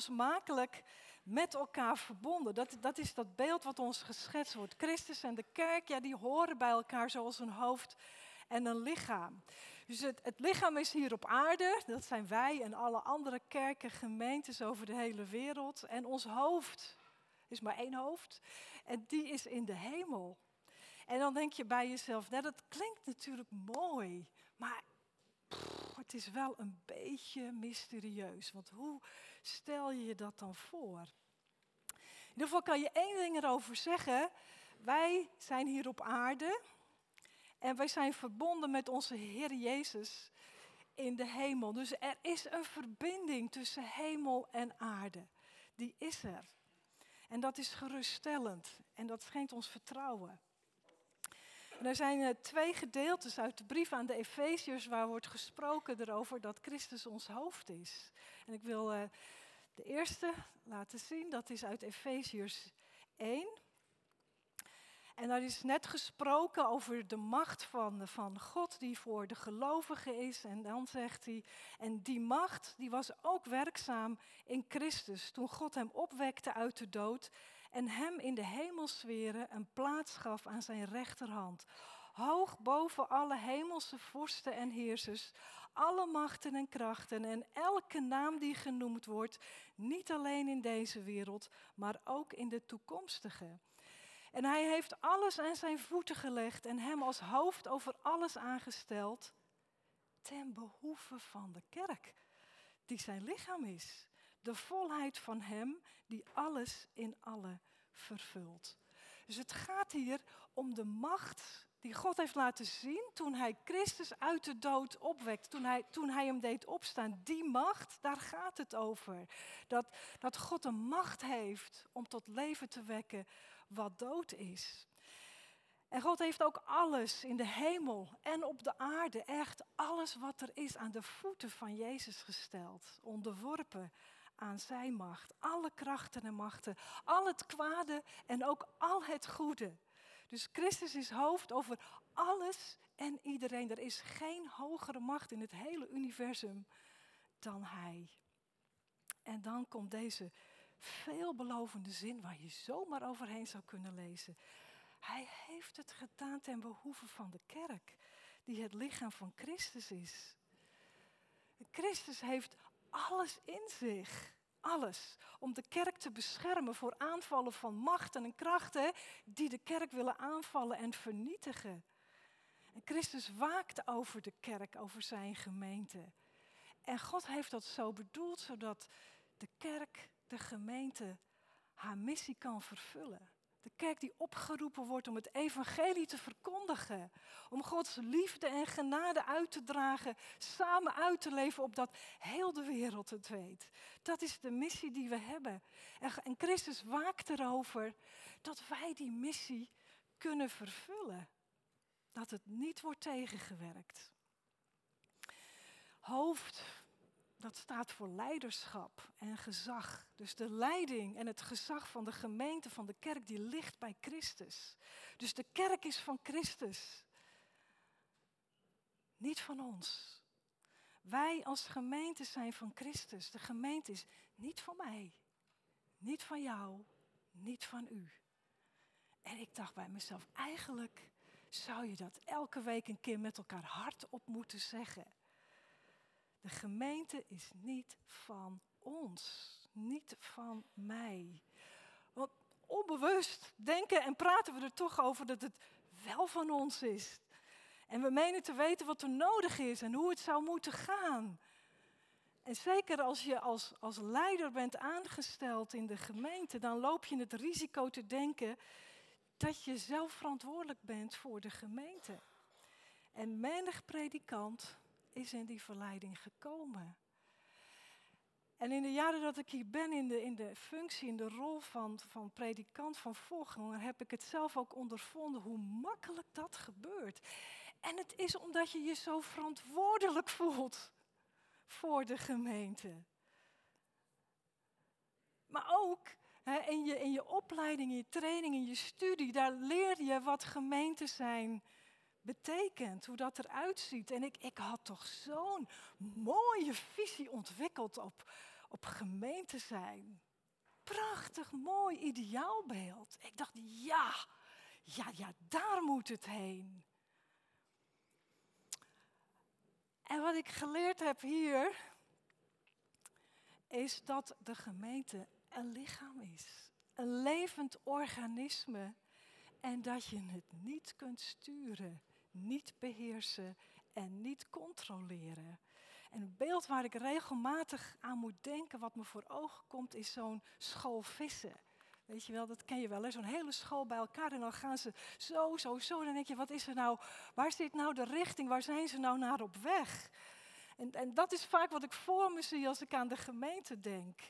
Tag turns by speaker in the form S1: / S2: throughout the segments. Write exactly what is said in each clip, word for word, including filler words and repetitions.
S1: onlosmakelijk met elkaar verbonden. Dat, dat is dat beeld wat ons geschetst wordt. Christus en de kerk, ja, die horen bij elkaar zoals een hoofd en een lichaam. Dus het, het lichaam is hier op aarde, dat zijn wij en alle andere kerken, gemeentes over de hele wereld. En ons hoofd is maar één hoofd en die is in de hemel. En dan denk je bij jezelf, nou, dat klinkt natuurlijk mooi, maar pff, het is wel een beetje mysterieus. Want hoe stel je je dat dan voor? In ieder geval kan je één ding erover zeggen. Wij zijn hier op aarde en wij zijn verbonden met onze Heer Jezus in de hemel. Dus er is een verbinding tussen hemel en aarde. Die is er. En dat is geruststellend en dat schenkt ons vertrouwen. En er zijn uh, twee gedeeltes uit de brief aan de Efeziërs waar wordt gesproken erover dat Christus ons hoofd is. En ik wil uh, de eerste laten zien, dat is uit Efeziërs één. En daar is net gesproken over de macht van, van God die voor de gelovigen is. En dan zegt hij, en die macht die was ook werkzaam in Christus toen God hem opwekte uit de dood en hem in de hemelsferen een plaats gaf aan zijn rechterhand. Hoog boven alle hemelse vorsten en heersers, alle machten en krachten en elke naam die genoemd wordt, niet alleen in deze wereld, maar ook in de toekomstige. En hij heeft alles aan zijn voeten gelegd en hem als hoofd over alles aangesteld, ten behoeve van de kerk, die zijn lichaam is. De volheid van hem die alles in alle vervult. Dus het gaat hier om de macht die God heeft laten zien toen hij Christus uit de dood opwekte, toen hij, toen hij hem deed opstaan. Die macht, daar gaat het over. Dat, dat God een macht heeft om tot leven te wekken wat dood is. En God heeft ook alles in de hemel en op de aarde, echt alles wat er is, aan de voeten van Jezus gesteld. Onderworpen aan zijn macht. Alle krachten en machten, al het kwade en ook al het goede. Dus Christus is hoofd over alles en iedereen. Er is geen hogere macht in het hele universum dan hij. En dan komt deze veelbelovende zin waar je zomaar overheen zou kunnen lezen. Hij heeft het gedaan ten behoeve van de kerk, die het lichaam van Christus is. Christus heeft alles in zich. Alles. Om de kerk te beschermen voor aanvallen van machten en krachten die de kerk willen aanvallen en vernietigen. En Christus waakt over de kerk, over zijn gemeente. En God heeft dat zo bedoeld, zodat de kerk, de gemeente, haar missie kan vervullen. De kerk die opgeroepen wordt om het evangelie te verkondigen. Om Gods liefde en genade uit te dragen. Samen uit te leven opdat heel de wereld het weet. Dat is de missie die we hebben. En Christus waakt erover dat wij die missie kunnen vervullen. Dat het niet wordt tegengewerkt. Hoofd. Dat staat voor leiderschap en gezag. Dus de leiding en het gezag van de gemeente, van de kerk, die ligt bij Christus. Dus de kerk is van Christus. Niet van ons. Wij als gemeente zijn van Christus. De gemeente is niet van mij, niet van jou, niet van u. En ik dacht bij mezelf, eigenlijk zou je dat elke week een keer met elkaar hardop moeten zeggen. De gemeente is niet van ons, niet van mij. Want onbewust denken en praten we er toch over dat het wel van ons is. En we menen te weten wat er nodig is en hoe het zou moeten gaan. En zeker als je als, als leider bent aangesteld in de gemeente, dan loop je het risico te denken dat je zelf verantwoordelijk bent voor de gemeente. En menig predikant is in die verleiding gekomen. En in de jaren dat ik hier ben, in de, in de functie, in de rol van, van predikant, van voorganger, heb ik het zelf ook ondervonden hoe makkelijk dat gebeurt. En het is omdat je je zo verantwoordelijk voelt voor de gemeente. Maar ook hè, in, je, in je opleiding, in je training, in je studie, daar leer je wat gemeente zijn betekent, hoe dat eruit ziet. En ik, ik had toch zo'n mooie visie ontwikkeld op, op gemeente zijn. Prachtig, mooi ideaalbeeld. Ik dacht, ja, ja, ja, daar moet het heen. En wat ik geleerd heb hier, is dat de gemeente een lichaam is. Een levend organisme. En dat je het niet kunt sturen, niet beheersen en niet controleren. En een beeld waar ik regelmatig aan moet denken, wat me voor ogen komt, is zo'n school vissen. Weet je wel, dat ken je wel, hè? Zo'n hele school bij elkaar en dan gaan ze zo, zo, zo. Dan denk je, wat is er nou, waar zit nou de richting, waar zijn ze nou naar op weg? En, en dat is vaak wat ik voor me zie als ik aan de gemeente denk.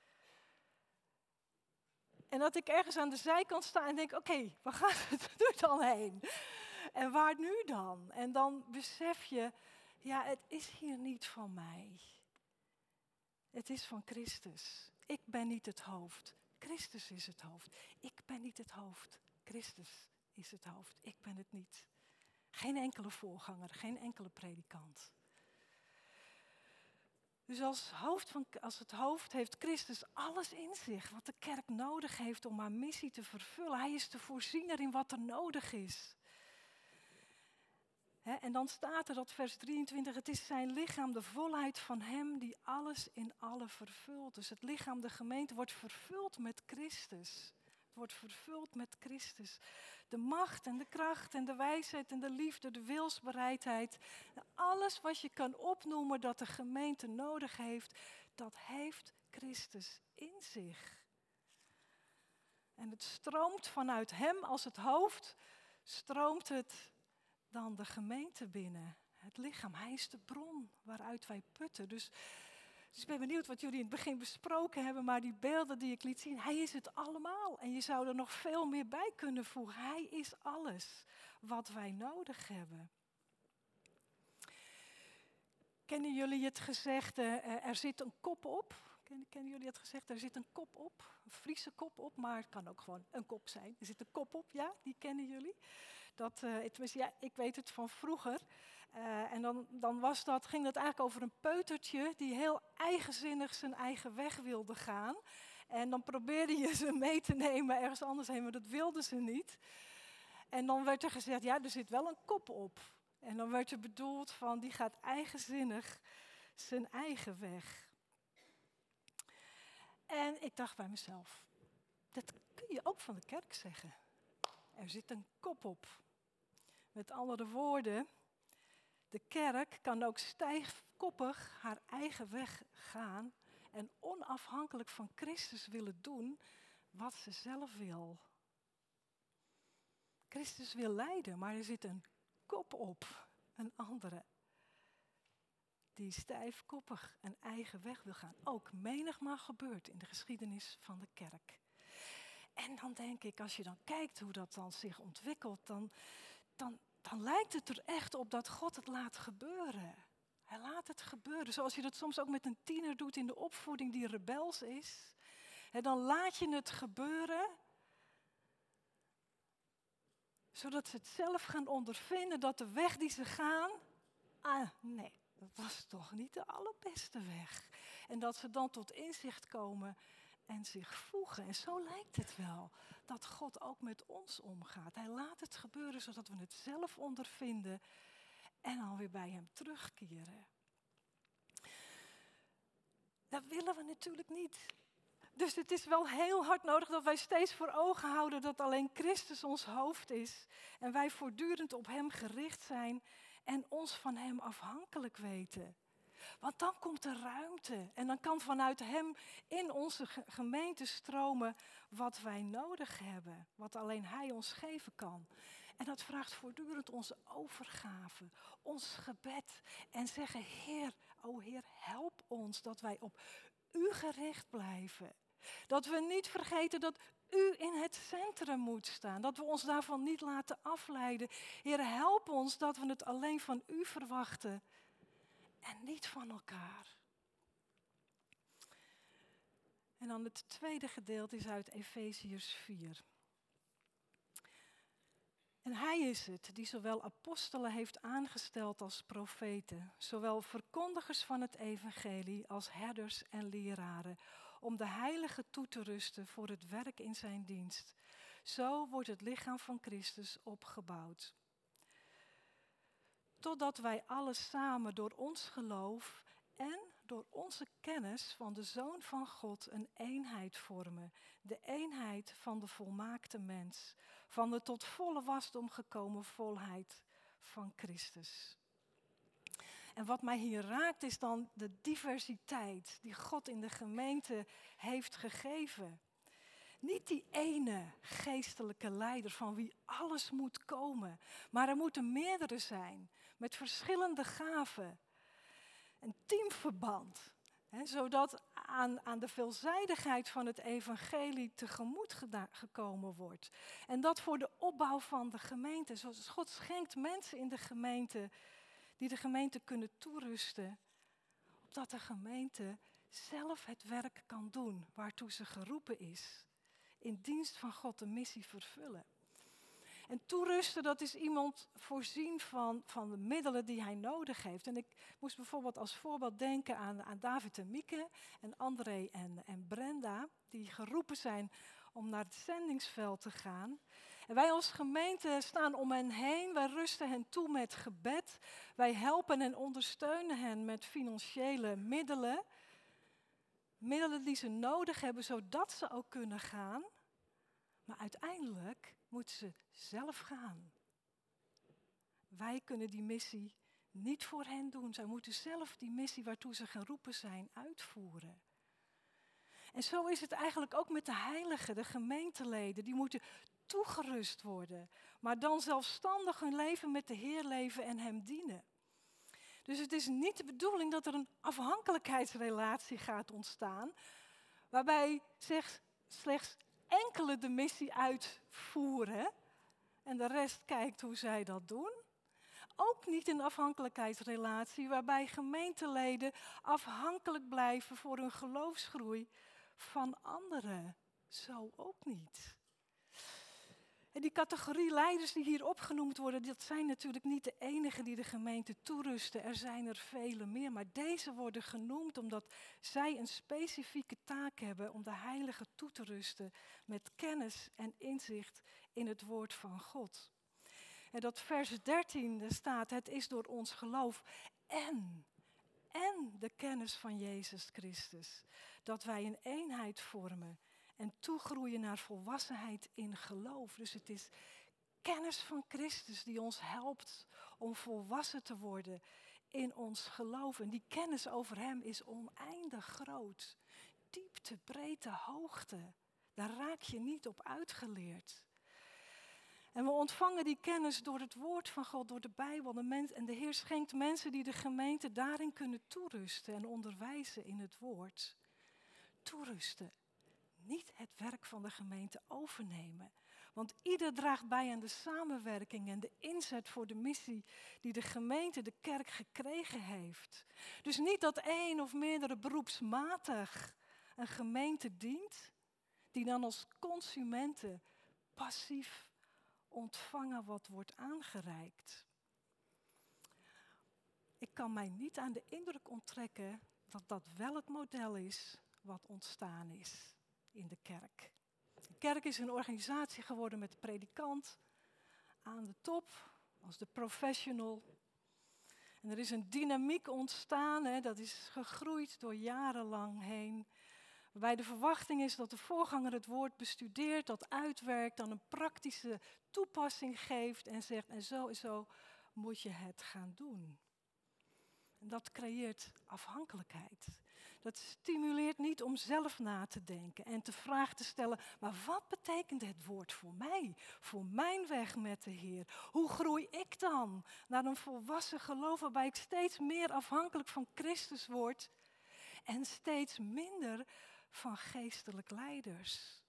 S1: En dat ik ergens aan de zijkant sta en denk, oké, okay, waar gaat het nu dan heen? En waar nu dan? En dan besef je, ja, het is hier niet van mij. Het is van Christus. Ik ben niet het hoofd. Christus is het hoofd. Ik ben niet het hoofd. Christus is het hoofd. Ik ben het niet. Geen enkele voorganger, geen enkele predikant. Dus als, hoofd van, als het hoofd heeft Christus alles in zich wat de kerk nodig heeft om haar missie te vervullen. Hij is de voorziener in wat er nodig is. He, en dan staat er dat vers drieëntwintig, het is zijn lichaam, de volheid van hem die alles in alle vervult. Dus het lichaam, de gemeente, wordt vervuld met Christus. Het wordt vervuld met Christus. De macht en de kracht en de wijsheid en de liefde, de wilsbereidheid. Alles wat je kan opnoemen dat de gemeente nodig heeft, dat heeft Christus in zich. En het stroomt vanuit hem als het hoofd, stroomt het dan de gemeente binnen. Het lichaam, hij is de bron waaruit wij putten. Dus, dus ik ben benieuwd wat jullie in het begin besproken hebben, maar die beelden die ik liet zien, hij is het allemaal. En je zou er nog veel meer bij kunnen voegen. Hij is alles wat wij nodig hebben. Kennen jullie het gezegde, uh, er zit een kop op? Kennen, kennen jullie het gezegde, er zit een kop op? Een Friese kop op, maar het kan ook gewoon een kop zijn. Er zit een kop op, ja, die kennen jullie. Dat, uh, het, ja, ik weet het van vroeger. Uh, en dan, dan was dat, ging het eigenlijk over een peutertje die heel eigenzinnig zijn eigen weg wilde gaan. En dan probeerde je ze mee te nemen ergens anders heen, maar dat wilden ze niet. En dan werd er gezegd, ja, er zit wel een kop op. En dan werd er bedoeld van, die gaat eigenzinnig zijn eigen weg. En ik dacht bij mezelf, dat kun je ook van de kerk zeggen. Er zit een kop op. Met andere woorden, de kerk kan ook stijfkoppig haar eigen weg gaan en onafhankelijk van Christus willen doen wat ze zelf wil. Christus wil leiden, maar er zit een kop op, een andere, die stijfkoppig een eigen weg wil gaan. Ook menigmaal gebeurt in de geschiedenis van de kerk. En dan denk ik, als je dan kijkt hoe dat dan zich ontwikkelt, dan, dan, dan lijkt het er echt op dat God het laat gebeuren. Hij laat het gebeuren, zoals je dat soms ook met een tiener doet in de opvoeding die rebels is. En dan laat je het gebeuren, zodat ze het zelf gaan ondervinden dat de weg die ze gaan, ah nee, dat was toch niet de allerbeste weg. En dat ze dan tot inzicht komen en zich voegen. En zo lijkt het wel dat God ook met ons omgaat. Hij laat het gebeuren zodat we het zelf ondervinden en dan weer bij hem terugkeren. Dat willen we natuurlijk niet. Dus het is wel heel hard nodig dat wij steeds voor ogen houden dat alleen Christus ons hoofd is. En wij voortdurend op hem gericht zijn en ons van hem afhankelijk weten. Want dan komt er ruimte en dan kan vanuit hem in onze gemeente stromen wat wij nodig hebben. Wat alleen hij ons geven kan. En dat vraagt voortdurend onze overgave, ons gebed. En zeggen, Heer, o Heer, help ons dat wij op u gericht blijven. Dat we niet vergeten dat u in het centrum moet staan. Dat we ons daarvan niet laten afleiden. Heer, help ons dat we het alleen van u verwachten. En niet van elkaar. En dan het tweede gedeelte is uit Efeziërs vier. En hij is het die zowel apostelen heeft aangesteld als profeten, zowel verkondigers van het evangelie als herders en leraren, om de heiligen toe te rusten voor het werk in zijn dienst. Zo wordt het lichaam van Christus opgebouwd. Totdat wij alle samen door ons geloof en door onze kennis van de Zoon van God een eenheid vormen. De eenheid van de volmaakte mens. Van de tot volle wasdom gekomen volheid van Christus. En wat mij hier raakt is dan de diversiteit die God in de gemeente heeft gegeven. Niet die ene geestelijke leider van wie alles moet komen. Maar er moeten meerdere zijn met verschillende gaven. Een teamverband. He, zodat aan, aan de veelzijdigheid van het evangelie tegemoet geda- gekomen wordt. En dat voor de opbouw van de gemeente. Zoals God schenkt mensen in de gemeente die de gemeente kunnen toerusten. Opdat de gemeente zelf het werk kan doen waartoe ze geroepen is. In dienst van God de missie vervullen. En toerusten, dat is iemand voorzien van, van de middelen die hij nodig heeft. En ik moest bijvoorbeeld als voorbeeld denken aan, aan David en Mieke en André en, en Brenda, die geroepen zijn om naar het zendingsveld te gaan. En wij als gemeente staan om hen heen, wij rusten hen toe met gebed. Wij helpen en ondersteunen hen met financiële middelen. Middelen die ze nodig hebben, zodat ze ook kunnen gaan. Maar uiteindelijk moeten ze zelf gaan. Wij kunnen die missie niet voor hen doen. Zij moeten zelf die missie waartoe ze geroepen zijn uitvoeren. En zo is het eigenlijk ook met de heiligen, de gemeenteleden. Die moeten toegerust worden. Maar dan zelfstandig hun leven met de Heer leven en hem dienen. Dus het is niet de bedoeling dat er een afhankelijkheidsrelatie gaat ontstaan. Waarbij zeg, slechts enkele de missie uitvoeren en de rest kijkt hoe zij dat doen. Ook niet een afhankelijkheidsrelatie waarbij gemeenteleden afhankelijk blijven voor hun geloofsgroei van anderen. Zo ook niet. En die categorie leiders die hier opgenoemd worden, dat zijn natuurlijk niet de enigen die de gemeente toerusten. Er zijn er vele meer, maar deze worden genoemd omdat zij een specifieke taak hebben om de heiligen toe te rusten met kennis en inzicht in het woord van God. En dat vers dertien staat, het is door ons geloof en, en de kennis van Jezus Christus, dat wij een eenheid vormen. En toegroeien naar volwassenheid in geloof. Dus het is kennis van Christus die ons helpt om volwassen te worden in ons geloof. En die kennis over hem is oneindig groot. Diepte, breedte, hoogte. Daar raak je niet op uitgeleerd. En we ontvangen die kennis door het woord van God, door de Bijbel. De mens, en de Heer schenkt mensen die de gemeente daarin kunnen toerusten en onderwijzen in het woord. Toerusten. Niet het werk van de gemeente overnemen. Want ieder draagt bij aan de samenwerking en de inzet voor de missie die de gemeente, de kerk, gekregen heeft. Dus niet dat één of meerdere beroepsmatig een gemeente dient, die dan als consumenten passief ontvangen wat wordt aangereikt. Ik kan mij niet aan de indruk onttrekken dat dat wel het model is wat ontstaan is in de kerk. De kerk is een organisatie geworden met de predikant aan de top, als de professional. En er is een dynamiek ontstaan, hè, dat is gegroeid door jarenlang heen. Waarbij de verwachting is dat de voorganger het woord bestudeert, dat uitwerkt, dan een praktische toepassing geeft en zegt, en zo en zo moet je het gaan doen. En dat creëert afhankelijkheid. Dat stimuleert niet om zelf na te denken en te vragen te stellen, maar wat betekent het woord voor mij? Voor mijn weg met de Heer? Hoe groei ik dan naar een volwassen geloof waarbij ik steeds meer afhankelijk van Christus word en steeds minder van geestelijk leiders?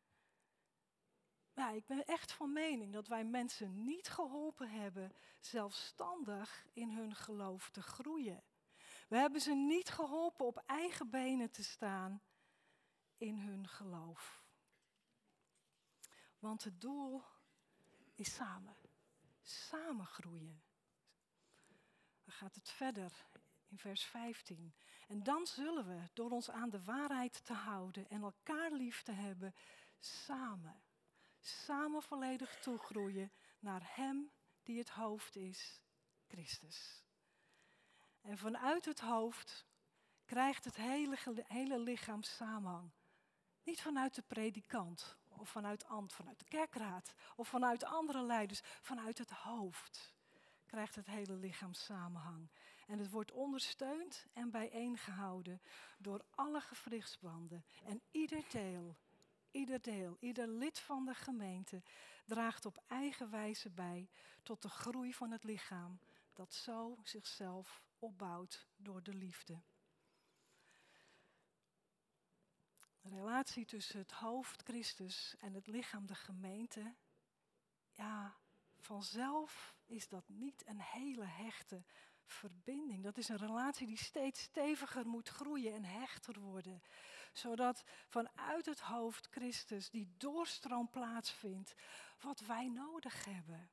S1: Ja, ik ben echt van mening dat wij mensen niet geholpen hebben zelfstandig in hun geloof te groeien. We hebben ze niet geholpen op eigen benen te staan in hun geloof. Want het doel is samen. samen groeien. Dan gaat het verder in vers vijftien. En dan zullen we, door ons aan de waarheid te houden en elkaar lief te hebben, samen, samen volledig toegroeien naar Hem die het hoofd is, Christus. En vanuit het hoofd krijgt het hele, hele lichaam samenhang. Niet vanuit de predikant of vanuit, vanuit de kerkraad of vanuit andere leiders. Vanuit het hoofd krijgt het hele lichaam samenhang. En het wordt ondersteund en bijeengehouden door alle gewrichtsbanden. En ieder deel, ieder deel, ieder lid van de gemeente draagt op eigen wijze bij tot de groei van het lichaam dat zo zichzelf opbouwt door de liefde. De relatie tussen het hoofd Christus en het lichaam de gemeente, ja, vanzelf is dat niet een hele hechte verbinding. Dat is een relatie die steeds steviger moet groeien en hechter worden. Zodat vanuit het hoofd Christus die doorstroom plaatsvindt wat wij nodig hebben.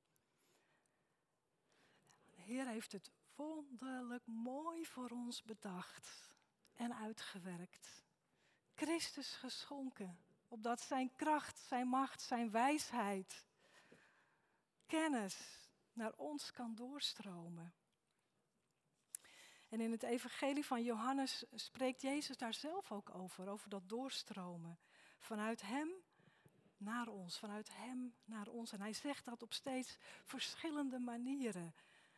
S1: De Heer heeft het wonderlijk mooi voor ons bedacht en uitgewerkt. Christus geschonken, opdat zijn kracht, zijn macht, zijn wijsheid, kennis naar ons kan doorstromen. En in het evangelie van Johannes spreekt Jezus daar zelf ook over, over dat doorstromen. Vanuit Hem naar ons, vanuit Hem naar ons. En hij zegt dat op steeds verschillende manieren.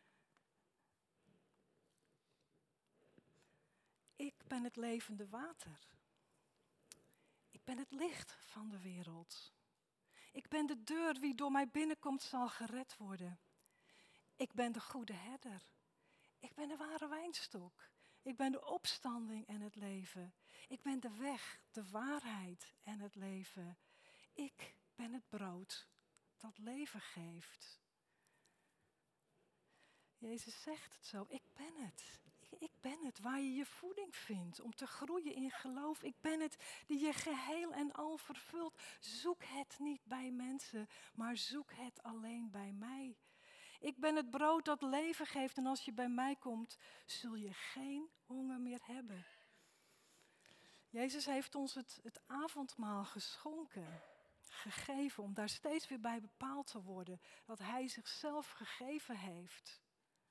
S1: Ik ben het levende water. Ik ben het licht van de wereld. Ik ben de deur, wie door mij binnenkomt zal gered worden. Ik ben de goede herder. Ik ben de ware wijnstok. Ik ben de opstanding en het leven. Ik ben de weg, de waarheid en het leven. Ik ben het brood dat leven geeft. Jezus zegt het zo, ik ben het. Ik ben het waar je je voeding vindt om te groeien in geloof. Ik ben het die je geheel en al vervult. Zoek het niet bij mensen, maar zoek het alleen bij mij. Ik ben het brood dat leven geeft en als je bij mij komt, zul je geen honger meer hebben. Jezus heeft ons het, het avondmaal geschonken, gegeven, om daar steeds weer bij bepaald te worden. Dat Hij zichzelf gegeven heeft.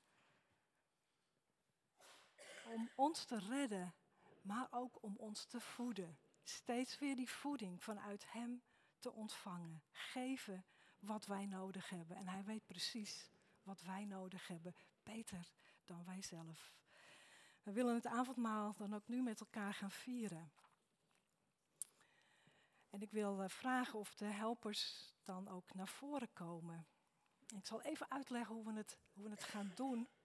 S1: Om ons te redden, maar ook om ons te voeden. Steeds weer die voeding vanuit Hem te ontvangen. Geven wat wij nodig hebben. En Hij weet precies wat wij nodig hebben. Beter dan wij zelf. We willen het avondmaal dan ook nu met elkaar gaan vieren. En ik wil vragen of de helpers dan ook naar voren komen. Ik zal even uitleggen hoe we het, hoe we het gaan doen.